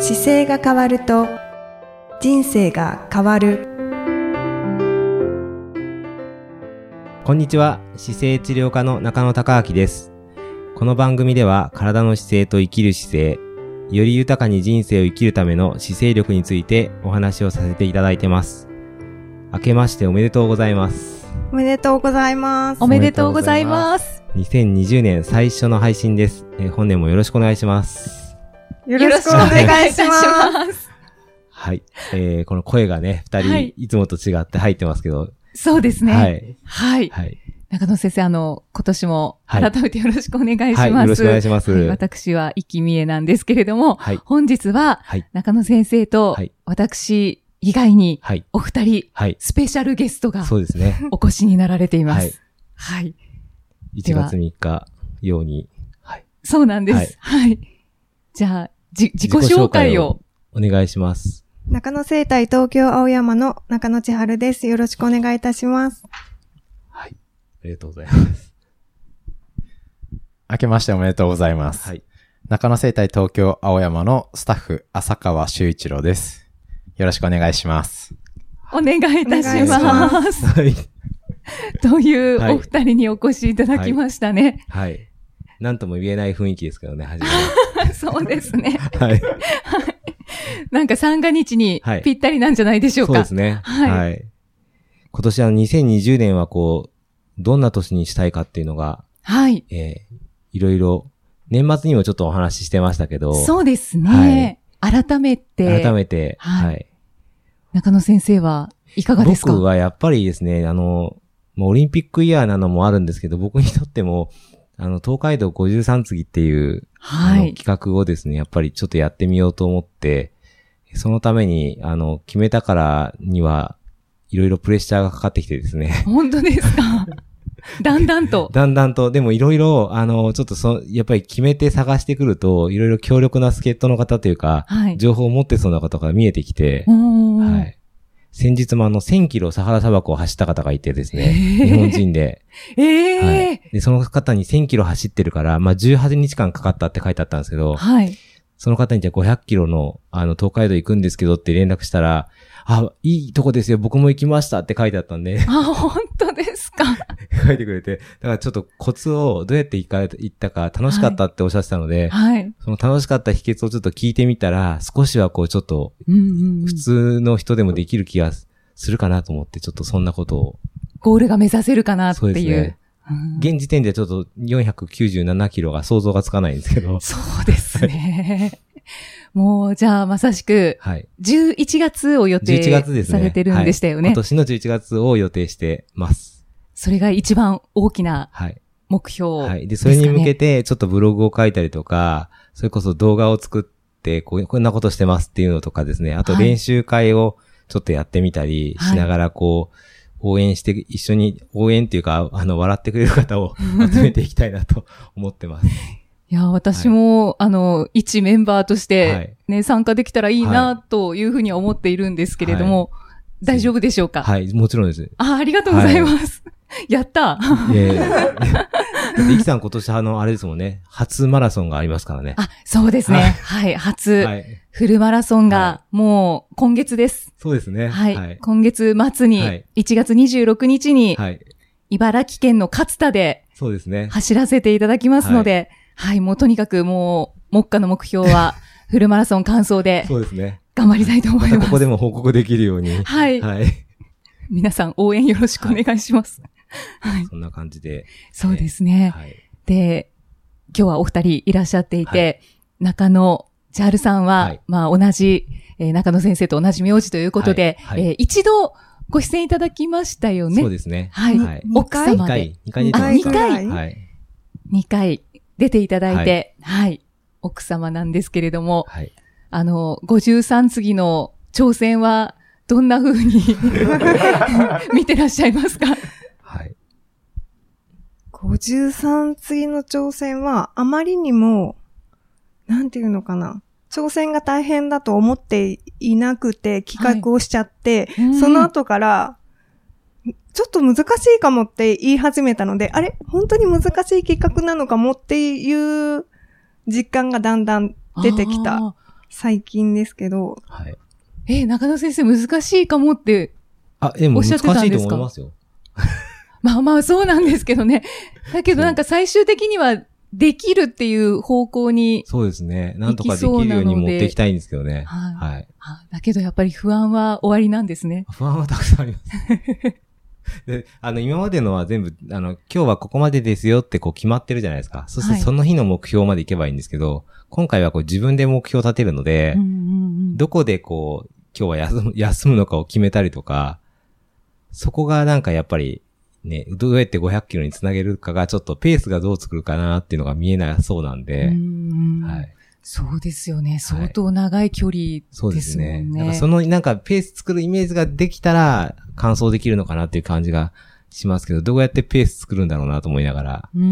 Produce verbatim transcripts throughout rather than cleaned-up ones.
姿勢が変わると人生が変わる。 こんにちは。姿勢治療科の中野孝明です。この番組では体の姿勢と生きる姿勢、より豊かに人生を生きるための姿勢力についてお話をさせていただいてます。明けましておめでとうございます。 おめでとうございます。 おめでとうございます。 にせんにじゅうねん最初の配信です。えー、本年もよろしくお願いします。 よろしくお願いします。 はい、えー。この声がね、二人、はい、いつもと違って入ってますけど。 そうですね。 はい。 はい。はい、中野先生、あの、今年も改めてよろしくお願いします。 はい、はい、よろしくお願いします。はい、 私は生きみえなんですけれども、 はい、 本日は、中野先生と、私以外に、お二人、はい、スペシャルゲストが、 そうですね。 お越しになられています。はい。はい、 いちがつみっかように、はい。 そうなんです。はい。はい、じゃあ、じ、自己紹介を。 お願いします。 中野生態東京青山の中野千春です。よろしくお願いいたします。 はい。ありがとうございます。 明けましておめでとうございます。はい。中野生態東京青山のスタッフ、浅川修一郎です。よろしくお願いします。 お願いいたします。はい。というお二人にお越しいただきましたね。 はい。はい、なんとも言えない雰囲気ですけどね、初めは。そうですね。 はい。 なんか三が日にぴったりなんじゃないでしょうか。 はい、そうですね。はい。はい、今年はにせんにじゅうねんはこう、どんな年にしたいかっていうのが、 はい。 えー、いろいろ、年末にもちょっとお話ししてましたけど。 そうですね。はい、改めて。 改めて、はい。はい、 中野先生はいかがですか？ 僕はやっぱりですね、あの、もうオリンピックイヤーなのもあるんですけど、僕にとっても、あの、東海道ごじゅうさん次っていう、はい、企画をですね、やっぱりちょっとやってみようと思って、そのために、あの、決めたからには、いろいろプレッシャーがかかってきてですね。 本当ですか？だんだんと。 だんだんと、でもいろいろ、あの、ちょっとそ、やっぱり決めて探してくると、いろいろ強力な助っ人の方というか、はい、情報を持ってそうな方が見えてきて、はい。先日もあの、せんキロサハラ砂漠を走った方がいてですね、日本人で。 ええー。 はい。で、その方にせんキロ走ってるから、まあ、じゅうはちにちかんかかったって書いてあったんですけど、 はい。 その方にじゃあごひゃくキロの、あの、東海道行くんですけどって連絡したら、あ、いいとこですよ、僕も行きましたって書いてあったんで。 あ、本当ですか。 書いてくれて、だからちょっとコツをどうやって行か、行ったか楽しかったっておっしゃってたので、 はい。 その楽しかった秘訣をちょっと聞いてみたら、少しはこうちょっと、普通の人でもできる気がするかなと思って、ちょっとそんなことを。 ゴールが目指せるかなっていう。そうですね。 現時点でちょっとよんひゃくきゅうじゅうななキロが想像がつかないんですけど。 そうですね。もう、じゃあ、まさしく、じゅういちがつを予定されてるんでしたよね。 はい、今年のじゅういちがつを予定してます。 それが一番大きな目標ですかね。 はい。で、それに向けて、ちょっとブログを書いたりとか、それこそ動画を作ってこう、こんなことしてますっていうのとかですね。あと練習会をちょっとやってみたりしながら、こう、はい、応援して、一緒に応援っていうか、あの、笑ってくれる方を集めていきたいなと思ってます。 いや、私も、はい、あの、一メンバーとして、ね、はい、参加できたらいいな、というふうには思っているんですけれども、はい、大丈夫でしょうか？ はい、もちろんです。 あ、ありがとうございます。はい、やったいやいやイキさん今年あの、あれですもんね、初マラソンがありますからね。 あ、そうですね。はい、初、はい、フルマラソンが、もう、今月です。 そうですね。 はい。はい、今月末に、いちがつにじゅうろくにちに、はい、茨城県の勝田で、そうですね。走らせていただきますので、はい、はい、もうとにかくもう、目下の目標は、フルマラソン完走で、そうですね。頑張りたいと思います。 またここでも報告できるように。 はい。はい。皆さん応援よろしくお願いします。 はい。そんな感じで。 そうですね。はい。で、今日はお二人いらっしゃっていて、はい、中野千春さんは、はい、まあ同じ、えー、中野先生と同じ名字ということで、はいはい、えー、一度ご出演いただきましたよね。 そうですね。 はい。はい、奥様で。 にかい。にかい出てました。にかい。はい。にかい出ていただいて、はい、はい。奥様なんですけれども、はい。あの、ごじゅうさん次の挑戦は、どんな風に見てらっしゃいますか？ はい。 ごじゅうさん次の挑戦は、あまりにも、なんていうのかな。挑戦が大変だと思っていなくて企画をしちゃって、はい、その後から、ちょっと難しいかもって言い始めたので、あれ本当に難しい企画なのかもっていう実感がだんだん出てきた最近ですけど。 はい。 え、中野先生難しいかもって、 あ、でも難しいと思いますよ。 まあまあそうなんですけどね。だけどなんか最終的にはできるっていう方向に。 そうですね。なんとかできるように持っていきたいんですけどね。 はい。 はい。 だけどやっぱり不安は終わりなんですね。 不安はたくさんあります。で、あの、今までのは全部、あの、今日はここまでですよってこう決まってるじゃないですか。そしてその日の目標までいけばいいんですけど、はい、今回はこう自分で目標を立てるので、うんうんうん、どこでこう、今日は休む、休むのかを決めたりとか、そこがなんかやっぱり、ね、どうやってごひゃくキロにつなげるかがちょっとペースがどう作るかなっていうのが見えなそうなんで、 うんはい。 そうですよね。相当長い距離ですもんね。そうですね。 なんかそのなんかペース作るイメージができたら完走できるのかなっていう感じがしますけど、どうやってペース作るんだろうなと思いながら。 うん。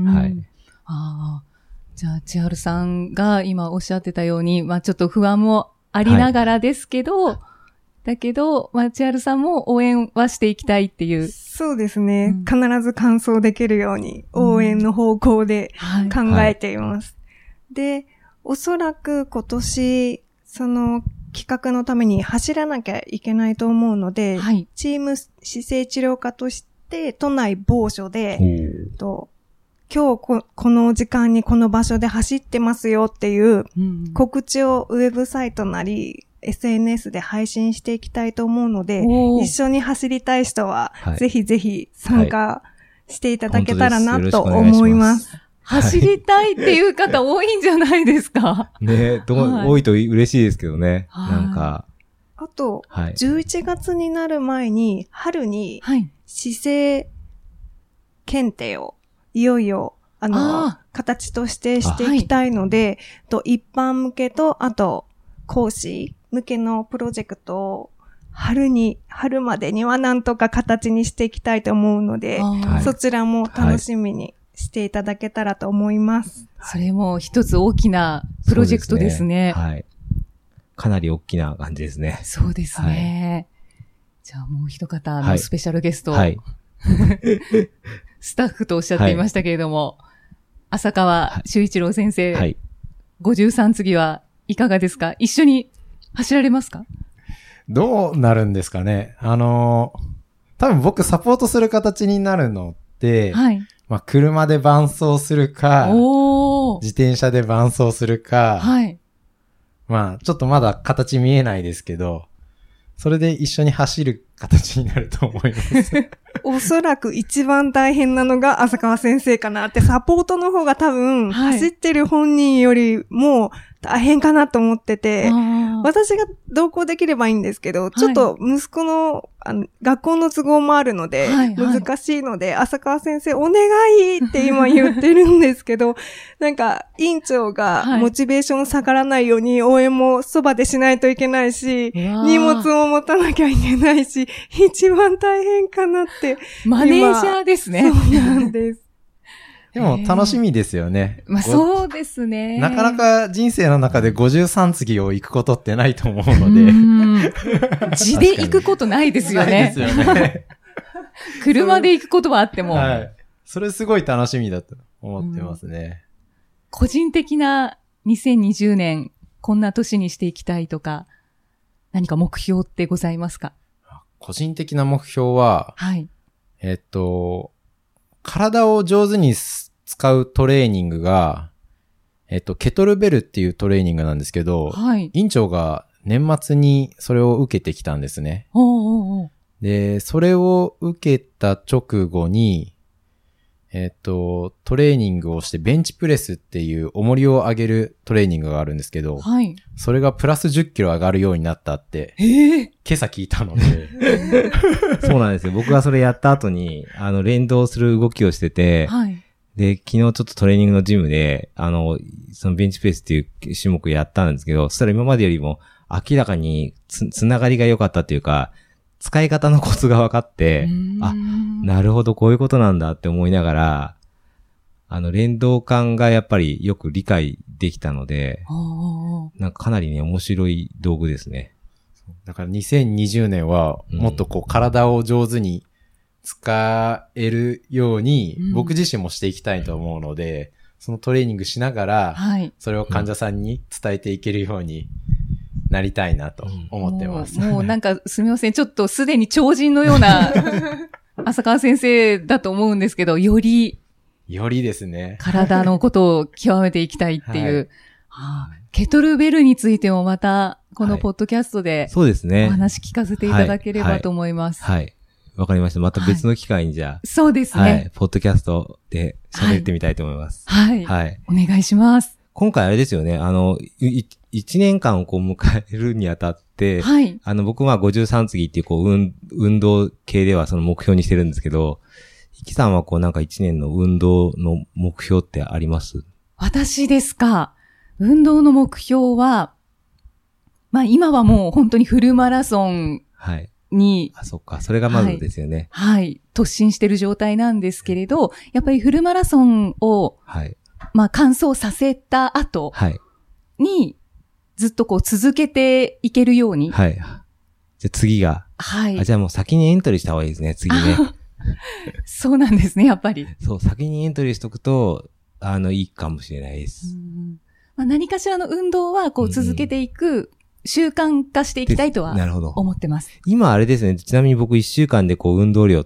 はい。 ああ。じゃあ、千春さんが今おっしゃってたように、まあちょっと不安もありながらですけど、はい、だけど、まあ千春さんも応援はしていきたいっていう。 そうですね。うん、必ず完走できるように応援の方向で考えています。うんはい、で、おそらく今年、その企画のために走らなきゃいけないと思うので、はい、チーム姿勢治療科として都内某所で、と今日 こ, この時間にこの場所で走ってますよっていう告知をウェブサイトなり エスエヌエス で配信していきたいと思うので、一緒に走りたい人は、はい、ぜひぜひ参加していただけたらな、はい、と思います。 走りたいっていう方多いんじゃないですかねえ、どう、はい、多いと嬉しいですけどね。なんか。 あと、はい、じゅういちがつになる前に、春に、姿勢検定を、いよいよ、あの、あ形としてしていきたいので、はい、と一般向けと、あと、講師向けのプロジェクトを、春に、春までにはなんとか形にしていきたいと思うので、そちらも楽しみに、はいしていただけたらと思います。 それも一つ大きなプロジェクトですね。 すねはい。かなり大きな感じですね。 そうですね。はい、じゃあもう一方のスペシャルゲスト、 はい、 スタッフとおっしゃっていましたけれども、はい、浅川修一郎先生、はい、ごじゅうさん次はいかがですか？一緒に走られますか？ どうなるんですかね。あのー、多分僕サポートする形になるのって、はいまあ、車で伴走するか、自転車で伴走するか、はい。まあ、ちょっとまだ形見えないですけど、それで一緒に走る形になると思います。 おそらく一番大変なのが浅川先生かなって、サポートの方が多分、走ってる本人よりも大変かなと思ってて、私が同行できればいいんですけど、はい、ちょっと息子の、あの学校の都合もあるので、はいはい、難しいので、浅川先生お願いって今言ってるんですけど、なんか院長がモチベーション下がらないように応援もそばでしないといけないし、荷物も持たなきゃいけないし、一番大変かなって。 マネージャーですね。 そうなんです。 でも楽しみですよね。 まあそうですね。 なかなか人生の中でごじゅうさん次を行くことってないと思うので。 うん地で行くことないですよね。 ないですよね。 車で行くことはあっても。 はい。それすごい楽しみだと思ってますね。 個人的なにせんにじゅうねん、こんな年にしていきたいとか、何か目標ってございますか？ 個人的な目標は、 はい。 えっと、体を上手に使うトレーニングが、えっと、ケトルベルっていうトレーニングなんですけど、はい。院長が年末にそれを受けてきたんですね。 おうおうおうで、それを受けた直後に、えっと、トレーニングをしてベンチプレスっていう重りを上げるトレーニングがあるんですけど、はい。それがプラスじゅっキロ上がるようになったって、 えー、 今朝聞いたので。 そうなんですよ。僕がそれやった後に、あの、連動する動きをしてて、はい。で、昨日ちょっとトレーニングのジムで、あの、そのベンチプレスっていう種目やったんですけど、そしたら今までよりも明らかにつ、つながりが良かったっていうか、使い方のコツが分かって、あ、なるほど、こういうことなんだって思いながら、あの、連動感がやっぱりよく理解できたので、なんかかなりね、面白い道具ですね。 だからにせんにじゅうねんは、もっとこう、体を上手に使えるように、僕自身もしていきたいと思うので、うん、そのトレーニングしながら、はい、それを患者さんに伝えていけるように、うんなりたいなと思ってます。 うん、もう、もうなんかすみません。ちょっとすでに超人のような浅川先生だと思うんですけど、より、 よりですね。 体のことを極めていきたいっていう。はいはあ、ケトルベルについてもまた、このポッドキャストで、そうですね。お話聞かせていただければと思います。 はい。はいわ、はい、かりました。また別の機会にじゃあ、はい。 そうですね。 はい。ポッドキャストで喋ってみたいと思います。 はい。はい。はい、お願いします。 今回あれですよね。あの、一年間をこう迎えるにあたって、はい。あの、僕はごじゅうさん次っていうこう、運、運動系ではその目標にしてるんですけど、イキさんはこうなんか一年の運動の目標ってあります？ 私ですか。運動の目標は、まあ今はもう本当にフルマラソンに、 はい、あ、そっか。それがまずですよね。 はい。はい、突進してる状態なんですけれど、やっぱりフルマラソンを、はい。まあ完走させた後に、ずっとこう続けていけるように。 はい。じゃあ次が。はい。あ、じゃあもう先にエントリーした方がいいですね、次ね。 そうなんですね、やっぱり。 そう、先にエントリーしとくと、あの、いいかもしれないです。 うんまあ、何かしらの運動はこう続けていく、習慣化していきたいとは思ってます。 今あれですね、ちなみに僕いっしゅうかんでこう運動量って、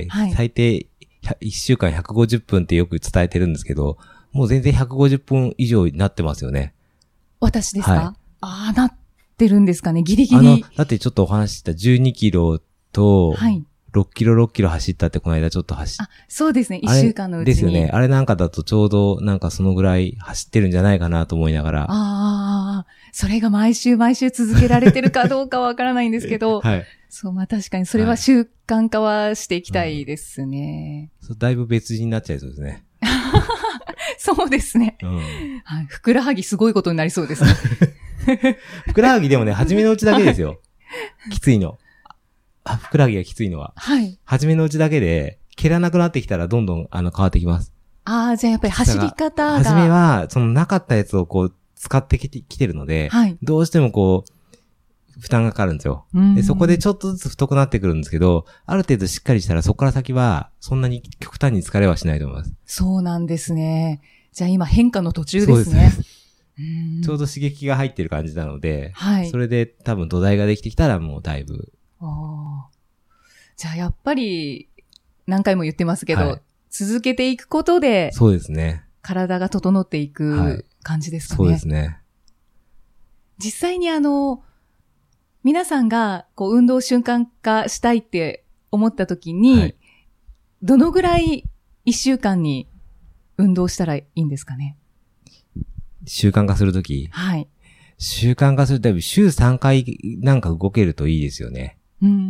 最低いっしゅうかんひゃくごじゅっぷんってよく伝えてるんですけど、もう全然ひゃくごじゅっぷん以上になってますよね。 私ですか？はい、ああ、なってるんですかね、ギリギリ。あの、 だってちょっとお話ししたじゅうにキロと、はい。ろっキロろっキロ走ったってこの間ちょっと走っあ、そうですね。いっしゅうかんのうちに。 ですよね。あれなんかだとちょうどなんかそのぐらい走ってるんじゃないかなと思いながら。ああ、それが毎週毎週続けられてるかどうかわからないんですけど。はい。そう、まあ確かにそれは習慣化はしていきたいですね。 はい、そうだいぶ別人になっちゃいそうですね。 そうですね。うん。はい。ふくらはぎすごいことになりそうですね。 ふくらはぎでもね、初めのうちだけですよ。きついの。あ、ふくらはぎがきついのは。はい。初めのうちだけで、蹴らなくなってきたらどんどん、あの、変わってきます。 ああ、じゃあやっぱり走り方が。 初めは、そのなかったやつをこう、使ってきて、きてるので、はい。どうしてもこう、負担がかかるんですよ。で、そこでちょっとずつ太くなってくるんですけど、ある程度しっかりしたらそこから先は、そんなに極端に疲れはしないと思います。 そうなんですね。じゃあ今変化の途中ですね。そうです。 ちょうど刺激が入ってる感じなので、はい。それで多分土台ができてきたらもうだいぶ、あじゃあやっぱり何回も言ってますけど、はい、続けていくことで、 そうですね。 体が整っていく感じですかね。 そうですね。 実際にあの、皆さんがこう運動習慣化したいって思った時に、はい、どのぐらい一週間に運動したらいいんですかね。 習慣化するとき。はい。習慣化するとき、週さんかいなんか動けるといいですよね。うんうんうん、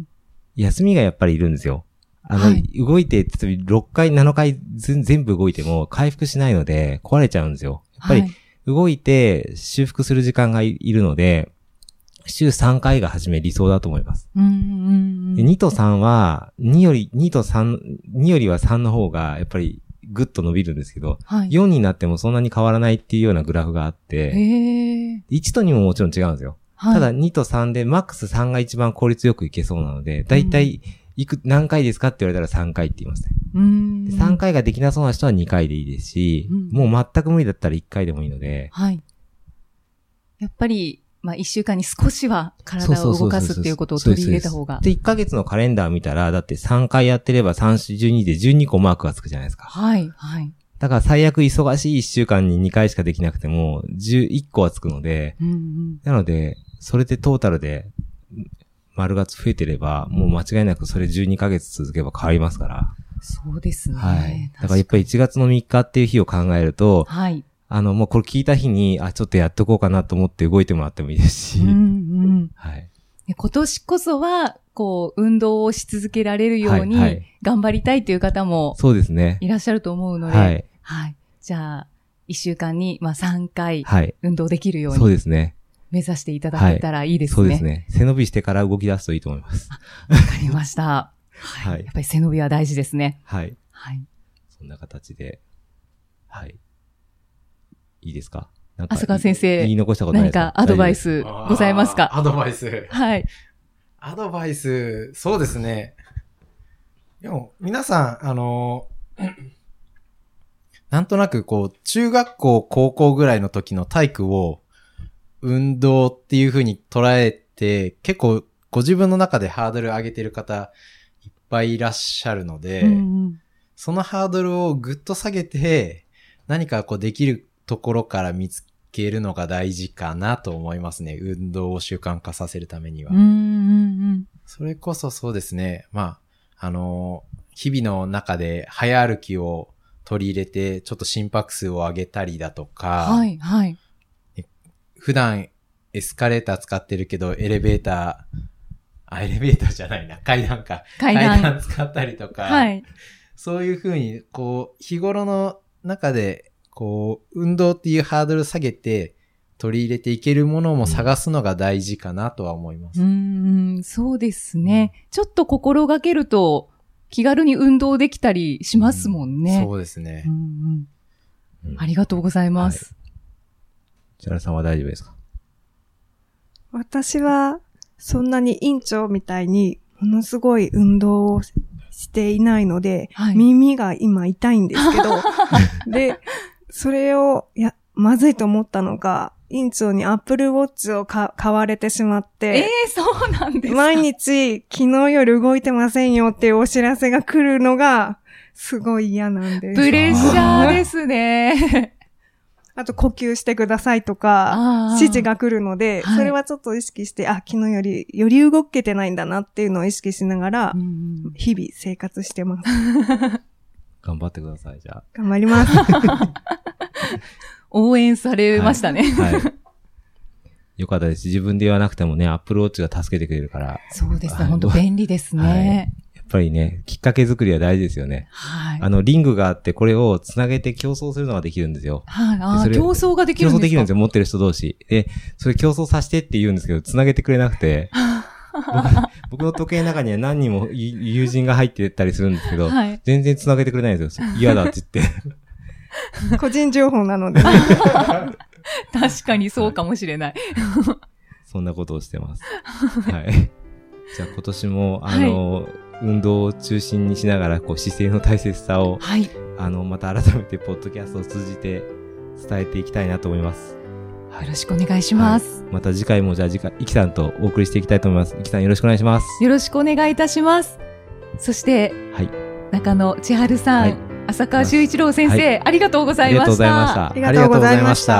休みがやっぱりいるんですよ。あの、はい、動いて、例えばろっかい、なのかい全部動いても回復しないので壊れちゃうんですよ。やっぱり動いて修復する時間が い, いるので、週さんかいが初め理想だと思います。うんうんうん、でにとさんは、により、にとさん、によりはさんの方がやっぱりぐっと伸びるんですけど、はい、よんになってもそんなに変わらないっていうようなグラフがあって、へいちとにももちろん違うんですよ。はい、ただにとさんでマックスさんが一番効率よくいけそうなので、だいたいいく、何回ですかって言われたらさんかいって言いますね。うんでさんかいができなそうな人はにかいでいいですし、うん、もう全く無理だったらいっかいでもいいので。はい。 やっぱり、まあいっしゅうかんに少しは体を動かすっていうことを取り入れた方が。 で、いっかげつのカレンダー見たら、だってさんかいやってればさん、よん、じゅうにでじゅうにこマークがつくじゃないですか。はい、はい。だから最悪忙しいいっしゅうかんににかいしかできなくても、じゅういっこはつくので、うんうん、なので、それでトータルで、丸が増えてれば、もう間違いなくそれじゅうにかげつ続けば変わりますから。 そうですね。 はい。だからやっぱりいちがつのみっかっていう日を考えると、はい。あの、もうこれ聞いた日に、あ、ちょっとやっとこうかなと思って動いてもらってもいいですし。うんうん。 はい。今年こそは、こう、運動をし続けられるように、頑張りたいという方も、そうですね。いらっしゃると思うので、はい。はい。じゃあ、いっしゅうかんに、まあさんかい、運動できるように。そうですね。目指していただけたらいいですね。そうですね。 背伸びしてから動き出すといいと思います。 わかりました。はい。やっぱり背伸びは大事ですね。はい。はい。 そんな形で、はい。いいですか？ なんか浅川先生。 言い残したことないですか？ 何かアドバイスございますか？ アドバイス。 はい。 アドバイス、そうですね。でも、皆さん、あの、なんとなくこう、中学校、高校ぐらいの時の体育を、 運動っていう風に捉えて、結構ご自分の中でハードル上げてる方いっぱいいらっしゃるので、うんうん、そのハードルをぐっと下げて、何かこうできるところから見つけるのが大事かなと思いますね。運動を習慣化させるためには。うんうんうん、それこそそうですね。まあ、あの、日々の中で早歩きを取り入れて、ちょっと心拍数を上げたりだとか、はいはい、普段エスカレーター使ってるけど、エレベーター、あ、エレベーターじゃないな、階段か。階段。階段使ったりとか、はい、そういうふうに、こう、日頃の中で、こう、運動っていうハードル下げて、取り入れていけるものも探すのが大事かなとは思います。 うん、うーん、そうですね。ちょっと心がけると、気軽に運動できたりしますもんね。 うん、そうですね、うんうん。ありがとうございます。 千原さんは大丈夫ですか？ 私は、そんなに院長みたいに、ものすごい運動をしていないので、はい、耳が今痛いんですけど、で、それを、いや、まずいと思ったのが、院長にアップルウォッチをか買われてしまって。 ええー、そうなんですか。 毎日、昨日夜動いてませんよっていうお知らせが来るのが、すごい嫌なんです。 プレッシャーですね。 あと、呼吸してくださいとか、指示が来るので、はい、それはちょっと意識して、あ、昨日より、より動けてないんだなっていうのを意識しながら、うん、日々生活してます。 頑張ってください、じゃあ。 頑張ります。 応援されましたね。はい。はい、 よかったです。自分で言わなくてもね、アップルウォッチが助けてくれるから。 そうですね。本当便利ですね、はい。 やっぱりね、きっかけ作りは大事ですよね。はい。あの、リングがあって、これをつなげて競争するのができるんですよ。 はい。ああ、競争ができるんですか？ 競争できるんですよ、持ってる人同士。で、それ競争させてって言うんですけど、つなげてくれなくて。僕, 僕の時計の中には何人も友人が入ってたりするんですけど、はい、全然つなげてくれないんですよ。嫌だって言って。 個人情報なので、ね。 確かにそうかもしれない。 そんなことをしてます。はい。じゃあ今年も、あの、はい、運動を中心にしながら、こう姿勢の大切さを、はい、あの、また改めてポッドキャストを通じて伝えていきたいなと思います。 はい、よろしくお願いします。 はい、また次回もじゃあ次回、イキさんとお送りしていきたいと思います。イキさんよろしくお願いします。 よろしくお願いいたします。そして、はい、中野千春さん、はい、浅川修一郎先生、はい、ありがとうございました。 ありがとうございました。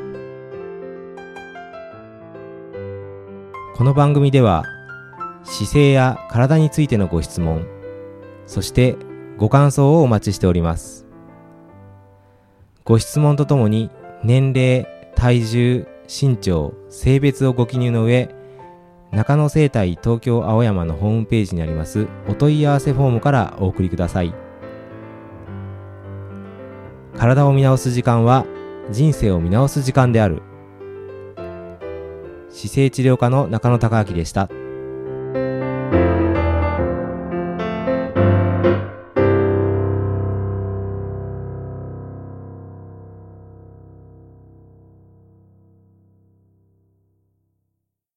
この番組では姿勢や体についてのご質問、そしてご感想をお待ちしております。ご質問とともに年齢、体重、身長、性別をご記入の上、中野生態東京青山のホームページにありますお問い合わせフォームからお送りください。体を見直す時間は人生を見直す時間である。姿勢治療科の中野孝明でした。